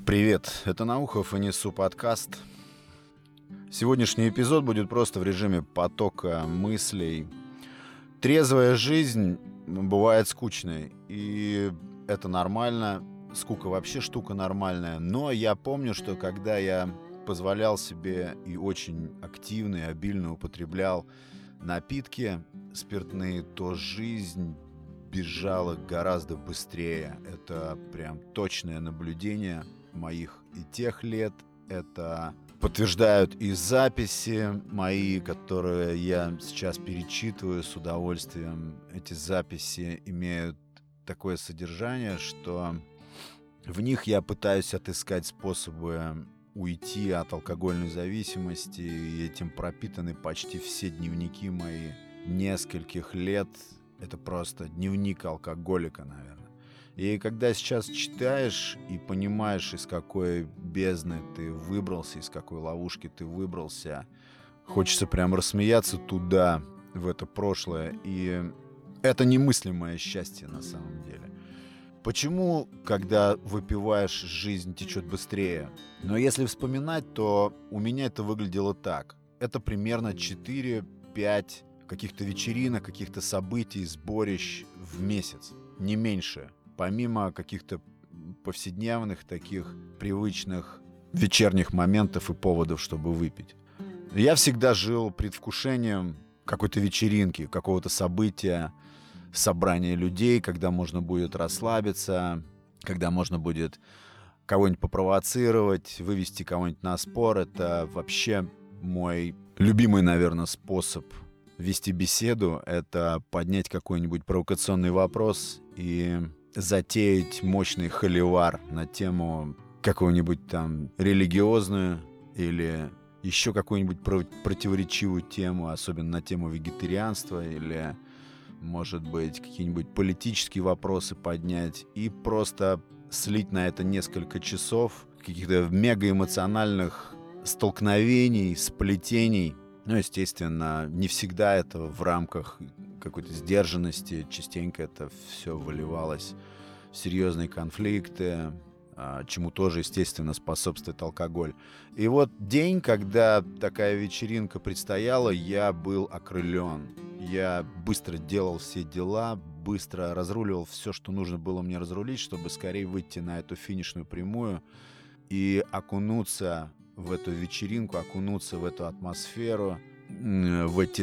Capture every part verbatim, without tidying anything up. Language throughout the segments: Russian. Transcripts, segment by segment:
Привет, это Наухов и несу подкаст. Сегодняшний эпизод будет просто в режиме потока мыслей. Трезвая жизнь бывает скучной, и это нормально. Скука вообще штука нормальная. Но я помню, что когда я позволял себе и очень активно и обильно употреблял напитки спиртные, то жизнь бежала гораздо быстрее. Это прям точное наблюдение моих и тех лет. Это подтверждают и записи мои, которые я сейчас перечитываю с удовольствием. Эти записи имеют такое содержание, что в них я пытаюсь отыскать способы уйти от алкогольной зависимости, и этим пропитаны почти все дневники мои нескольких лет. Это просто дневник алкоголика, наверное. И когда сейчас читаешь и понимаешь, из какой бездны ты выбрался, из какой ловушки ты выбрался, хочется прям рассмеяться туда, в это прошлое. И это немыслимое счастье на самом деле. Почему, когда выпиваешь, жизнь течет быстрее? Но если вспоминать, то у меня это выглядело так. Это примерно четыре-пять каких-то вечеринок, каких-то событий, сборищ в месяц, не меньше. Помимо каких-то повседневных, таких привычных вечерних моментов и поводов, чтобы выпить. Я всегда жил предвкушением какой-то вечеринки, какого-то события, собрания людей, когда можно будет расслабиться, когда можно будет кого-нибудь попровоцировать, вывести кого-нибудь на спор. Это вообще мой любимый, наверное, способ вести беседу. Это поднять какой-нибудь провокационный вопрос и затеять мощный холивар на тему какую-нибудь там религиозную или еще какую-нибудь про- противоречивую тему, особенно на тему вегетарианства или, может быть, какие-нибудь политические вопросы поднять и просто слить на это несколько часов каких-то мегаэмоциональных столкновений, сплетений. Ну, естественно, не всегда это в рамках какой-то сдержанности, частенько это все выливалось в серьезные конфликты, чему тоже, естественно, способствует алкоголь. И вот день, когда такая вечеринка предстояла, я был окрылен. Я быстро делал все дела, быстро разруливал все, что нужно было мне разрулить, чтобы скорее выйти на эту финишную прямую и окунуться в эту вечеринку, окунуться в эту атмосферу, в эти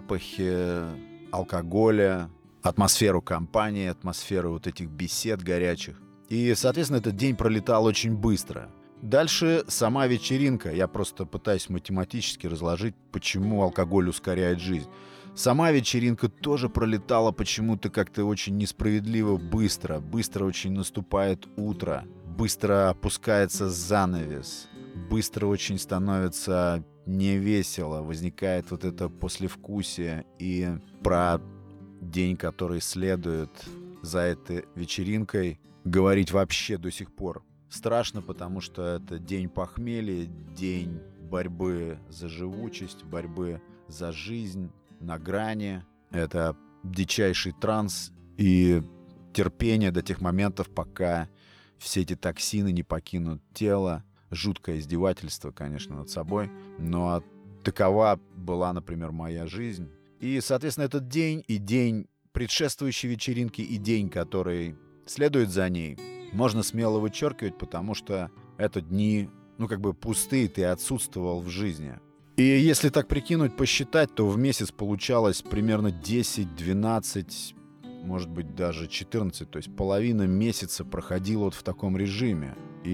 запахи алкоголя, атмосферу компании, атмосферу вот этих бесед горячих. И, соответственно, этот день пролетал очень быстро. Дальше сама вечеринка. Я просто пытаюсь математически разложить, почему алкоголь ускоряет жизнь. Сама вечеринка тоже пролетала почему-то как-то очень несправедливо быстро. Быстро очень наступает утро. Быстро опускается занавес. Быстро очень становится невесело. Возникает вот это послевкусие. И про день, который следует за этой вечеринкой, говорить вообще до сих пор страшно, потому что это день похмелья, день борьбы за живучесть, борьбы за жизнь на грани. Это дичайший транс и терпение до тех моментов, пока все эти токсины не покинут тело. Жуткое издевательство, конечно, над собой, но такова была, например, моя жизнь. И, соответственно, этот день и день предшествующей вечеринки и день, который следует за ней, можно смело вычеркивать, потому что это дни, ну, как бы пустые, ты отсутствовал в жизни. И если так прикинуть, посчитать, то в месяц получалось примерно десять-двенадцать, может быть, даже четырнадцать, то есть половина месяца проходила вот в таком режиме.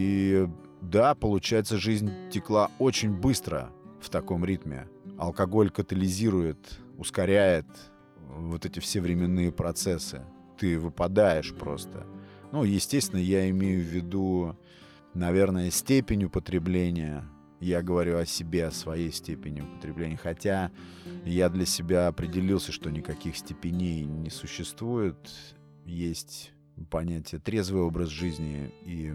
И да, получается, жизнь текла очень быстро в таком ритме. Алкоголь катализирует, ускоряет вот эти все временные процессы. Ты выпадаешь просто. Ну, естественно, я имею в виду, наверное, степень употребления. Я говорю о себе, о своей степени употребления. Хотя я для себя определился, что никаких степеней не существует. Есть понятие трезвый образ жизни и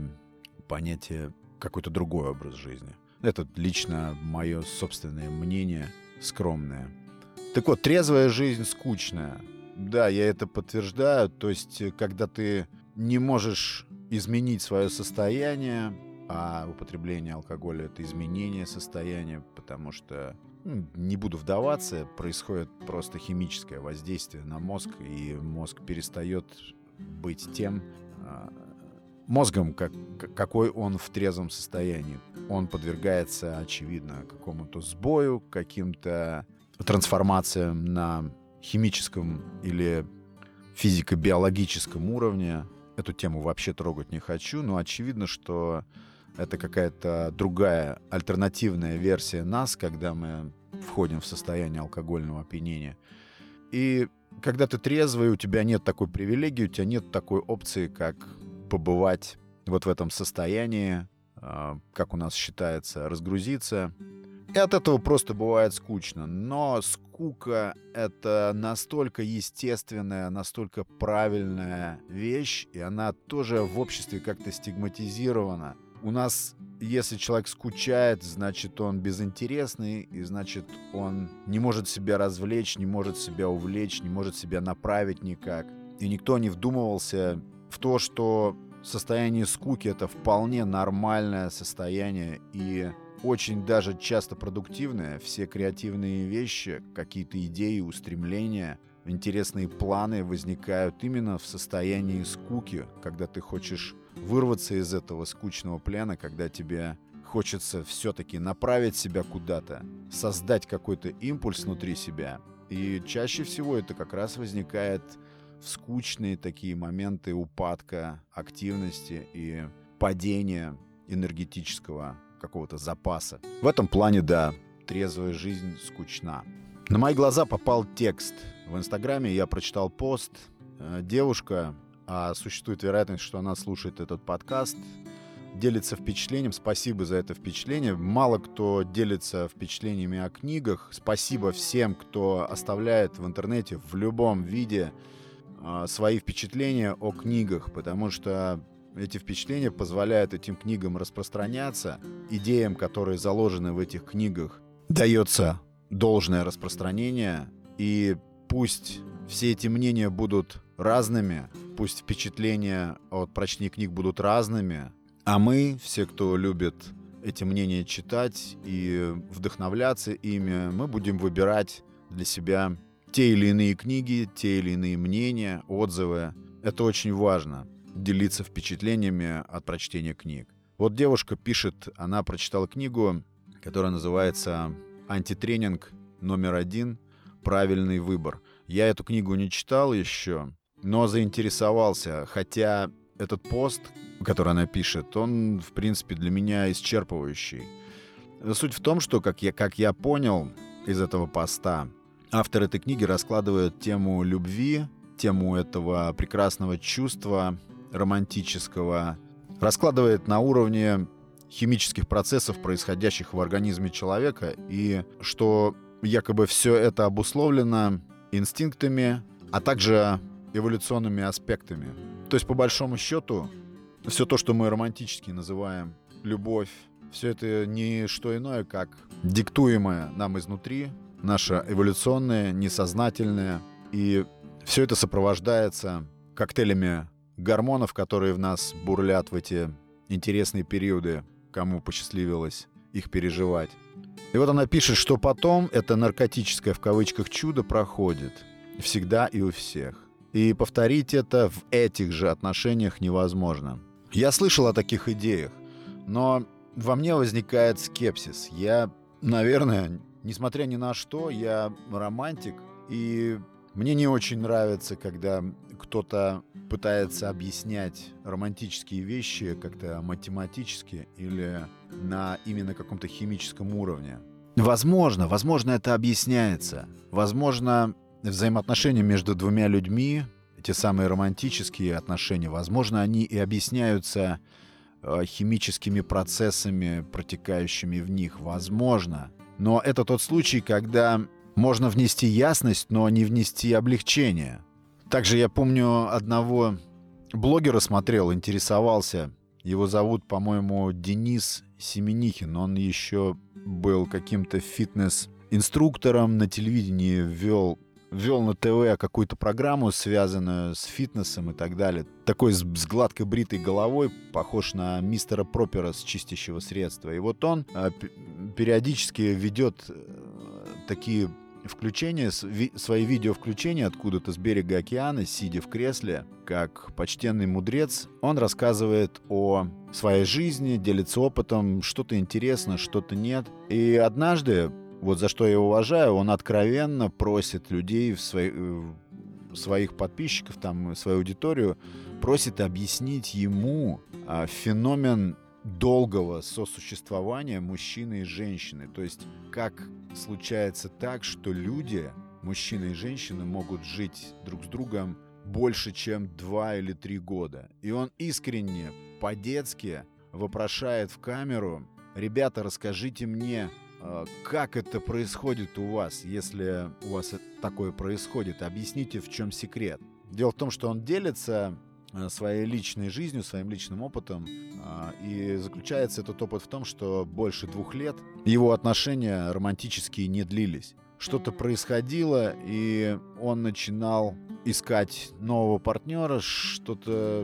понятие какой-то другой образ жизни. Это лично мое собственное мнение, скромное. Так вот, трезвая жизнь скучная. Да, я это подтверждаю. То есть, когда ты не можешь изменить свое состояние, а употребление алкоголя — это изменение состояния, потому что, ну, не буду вдаваться, происходит просто химическое воздействие на мозг, и мозг перестает быть тем а, мозгом, как, какой он в трезвом состоянии. Он подвергается, очевидно, какому-то сбою, каким-то трансформациям на химическом или физико-биологическом уровне. Эту тему вообще трогать не хочу, но очевидно, что это какая-то другая альтернативная версия нас, когда мы входим в состояние алкогольного опьянения. И когда ты трезвый, у тебя нет такой привилегии, у тебя нет такой опции, как побывать вот в этом состоянии, как у нас считается, разгрузиться. И от этого просто бывает скучно. Но скука — это настолько естественная, настолько правильная вещь, и она тоже в обществе как-то стигматизирована. У нас, если человек скучает, значит, он безинтересный, и значит, он не может себя развлечь, не может себя увлечь, не может себя направить никак. И никто не вдумывался в то, что состояние скуки — это вполне нормальное состояние, и очень даже часто продуктивное. Все креативные вещи, какие-то идеи, устремления, интересные планы возникают именно в состоянии скуки, когда ты хочешь вырваться из этого скучного плена, когда тебе хочется все-таки направить себя куда-то, создать какой-то импульс внутри себя. И чаще всего это как раз возникает в скучные такие моменты упадка активности и падения энергетического какого-то запаса. В этом плане, да, трезвая жизнь скучна. На мои глаза попал текст. В Инстаграме я прочитал пост. Девушка, а существует вероятность, что она слушает этот подкаст, делится впечатлением. Спасибо за это впечатление. Мало кто делится впечатлениями о книгах. Спасибо всем, кто оставляет в интернете в любом виде свои впечатления о книгах, потому что эти впечатления позволяют этим книгам распространяться. Идеям, которые заложены в этих книгах, дается должное распространение. И пусть все эти мнения будут разными, пусть впечатления от прочтения книг будут разными, а мы, все, кто любит эти мнения читать и вдохновляться ими, мы будем выбирать для себя те или иные книги, те или иные мнения, отзывы. Это очень важно. Делиться впечатлениями от прочтения книг. Вот девушка пишет, она прочитала книгу, которая называется «Антитренинг номер один. Правильный выбор». Я эту книгу не читал еще, но заинтересовался, хотя этот пост, который она пишет, он, в принципе, для меня исчерпывающий. Суть в том, что, как я, как я понял из этого поста, автор этой книги раскладывает тему любви, тему этого прекрасного чувства, романтического, раскладывает на уровне химических процессов, происходящих в организме человека, и что якобы все это обусловлено инстинктами, а также эволюционными аспектами. То есть, по большому счету, все то, что мы романтически называем любовь, все это не что иное, как диктуемое нам изнутри, наше эволюционное, несознательное, и все это сопровождается коктейлями гормонов, которые в нас бурлят в эти интересные периоды, кому посчастливилось их переживать. И вот она пишет, что потом это наркотическое в кавычках чудо проходит. Всегда и у всех. И повторить это в этих же отношениях невозможно. Я слышал о таких идеях, но во мне возникает скепсис. Я, наверное, несмотря ни на что, я романтик, и мне не очень нравится, когда кто-то пытается объяснять романтические вещи как-то математически или на именно каком-то химическом уровне. Возможно, возможно, это объясняется. Возможно, взаимоотношения между двумя людьми, эти самые романтические отношения, возможно, они и объясняются э, химическими процессами, протекающими в них. Возможно. Но это тот случай, когда можно внести ясность, но не внести облегчение. Также я помню, одного блогера смотрел, интересовался. Его зовут, по-моему, Денис Семенихин. Он еще был каким-то фитнес-инструктором, на телевидении вел вел на ТВ какую-то программу, связанную с фитнесом и так далее. Такой с, с гладко бритой головой, похож на мистера Проппера с чистящего средства. И вот он э, периодически ведет э, такие включения, ви, свои видео-включения откуда-то с берега океана, сидя в кресле, как почтенный мудрец. Он рассказывает о своей жизни, делится опытом, что-то интересно, что-то нет. И однажды, вот за что я его уважаю, он откровенно просит людей, в свои, в своих подписчиков, там, свою аудиторию, просит объяснить ему а, феномен долгого сосуществования мужчины и женщины. То есть как случается так, что люди, мужчина и женщина, могут жить друг с другом больше, чем два или три года. И он искренне, по-детски вопрошает в камеру: ребята, расскажите мне, как это происходит у вас, если у вас такое происходит. Объясните, в чем секрет. Дело в том, что он делится своей личной жизнью, своим личным опытом. И заключается этот опыт в том, что больше двух лет его отношения романтические не длились. Что-то происходило, и он начинал искать нового партнера, что-то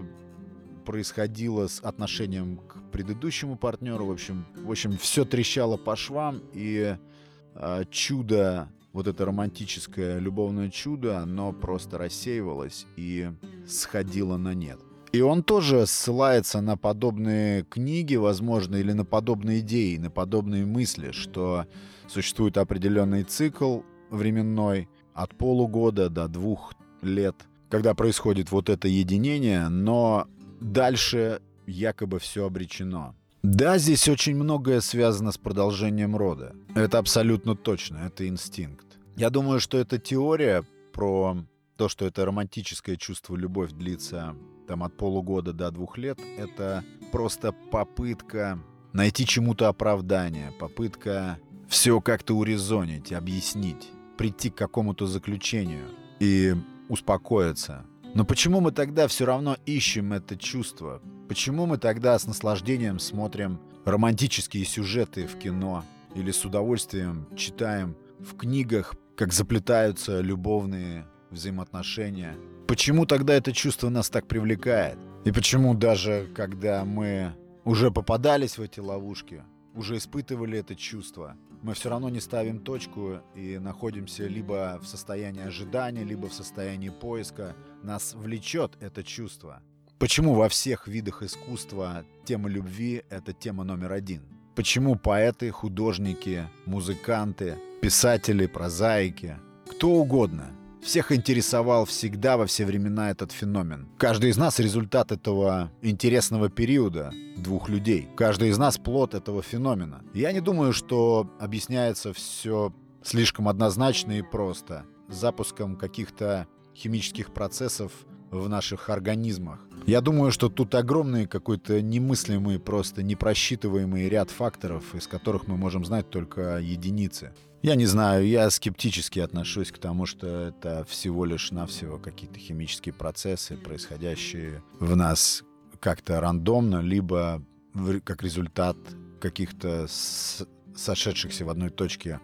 происходило с отношением к предыдущему партнеру. В общем, в общем все трещало по швам, и э, чудо, вот это романтическое любовное чудо, оно просто рассеивалось и сходило на нет. И он тоже ссылается на подобные книги, возможно, или на подобные идеи, на подобные мысли, что существует определенный цикл временной от полугода до двух лет, когда происходит вот это единение, но дальше якобы все обречено. Да, здесь очень многое связано с продолжением рода. Это абсолютно точно, это инстинкт. Я думаю, что эта теория про то, что это романтическое чувство, любовь длится там от полугода до двух лет, это просто попытка найти чему-то оправдание, попытка все как-то урезонить, объяснить, прийти к какому-то заключению и успокоиться. Но почему мы тогда все равно ищем это чувство? Почему мы тогда с наслаждением смотрим романтические сюжеты в кино или с удовольствием читаем в книгах, как заплетаются любовные взаимоотношения? Почему тогда это чувство нас так привлекает? И почему даже когда мы уже попадались в эти ловушки, уже испытывали это чувство, мы все равно не ставим точку и находимся либо в состоянии ожидания, либо в состоянии поиска. Нас влечет это чувство. Почему во всех видах искусства тема любви — это тема номер один? Почему поэты, художники, музыканты, писатели, прозаики, кто угодно, всех интересовал всегда во все времена этот феномен? Каждый из нас — результат этого интересного периода двух людей. Каждый из нас — плод этого феномена. Я не думаю, что объясняется все слишком однозначно и просто запуском каких-то химических процессов в наших организмах. Я думаю, что тут огромный какой-то немыслимый, просто непросчитываемый ряд факторов, из которых мы можем знать только единицы. Я не знаю, я скептически отношусь к тому, что это всего лишь навсего какие-то химические процессы, происходящие в нас как-то рандомно, либо в, как результат каких-то с, сошедшихся в одной точке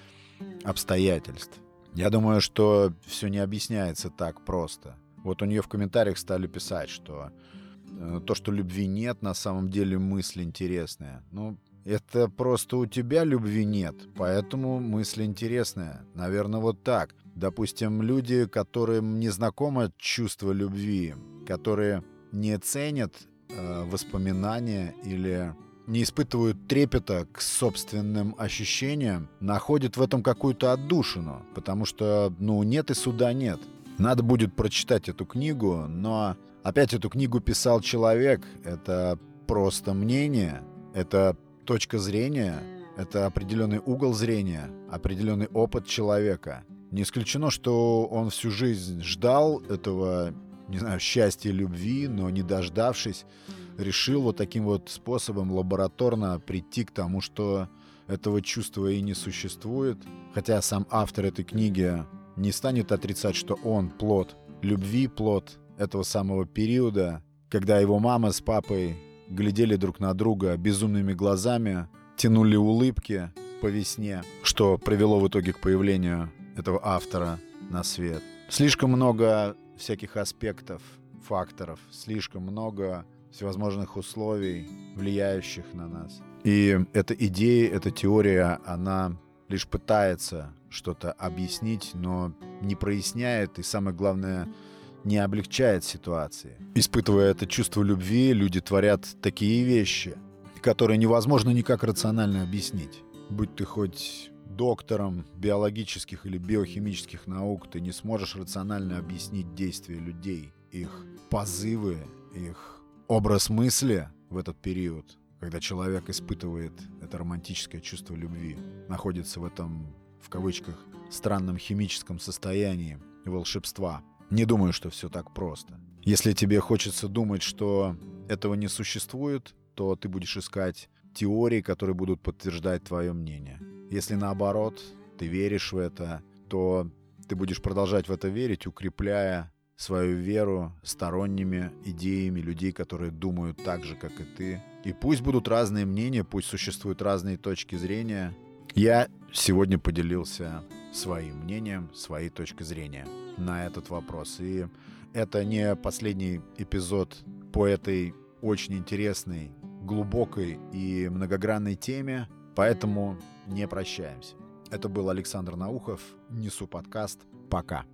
обстоятельств. Я думаю, что все не объясняется так просто. Вот у нее в комментариях стали писать, что э, то, что любви нет, на самом деле мысль интересная. Ну, это просто у тебя любви нет, поэтому мысль интересная. Наверное, вот так. Допустим, люди, которым не знакомо чувство любви, которые не ценят э, воспоминания или не испытывают трепета к собственным ощущениям, находят в этом какую-то отдушину, потому что, ну, нет и суда нет. Надо будет прочитать эту книгу, но опять эту книгу писал человек. Это просто мнение, это точка зрения, это определенный угол зрения, определенный опыт человека. Не исключено, что он всю жизнь ждал этого, не знаю, счастья, любви, но не дождавшись, решил вот таким вот способом лабораторно прийти к тому, что этого чувства и не существует. Хотя сам автор этой книги не станет отрицать, что он плод любви, плод этого самого периода, когда его мама с папой глядели друг на друга безумными глазами, тянули улыбки по весне, что привело в итоге к появлению этого автора на свет. Слишком много всяких аспектов, факторов, слишком много всевозможных условий, влияющих на нас. И эта идея, эта теория, она лишь пытается что-то объяснить, но не проясняет и, самое главное, не облегчает ситуации. Испытывая это чувство любви, люди творят такие вещи, которые невозможно никак рационально объяснить. Будь ты хоть доктором биологических или биохимических наук, ты не сможешь рационально объяснить действия людей, их позывы, их образ мысли в этот период, когда человек испытывает это романтическое чувство любви, находится в этом, в кавычках, странном химическом состоянии волшебства. Не думаю, что все так просто. Если тебе хочется думать, что этого не существует, то ты будешь искать теории, которые будут подтверждать твое мнение. Если наоборот, ты веришь в это, то ты будешь продолжать в это верить, укрепляя свою веру сторонними идеями людей, которые думают так же, как и ты. И пусть будут разные мнения, пусть существуют разные точки зрения. Я сегодня поделился своим мнением, своей точкой зрения на этот вопрос. И это не последний эпизод по этой очень интересной, глубокой и многогранной теме, поэтому не прощаемся. Это был Александр Наухов, Несу подкаст. Пока.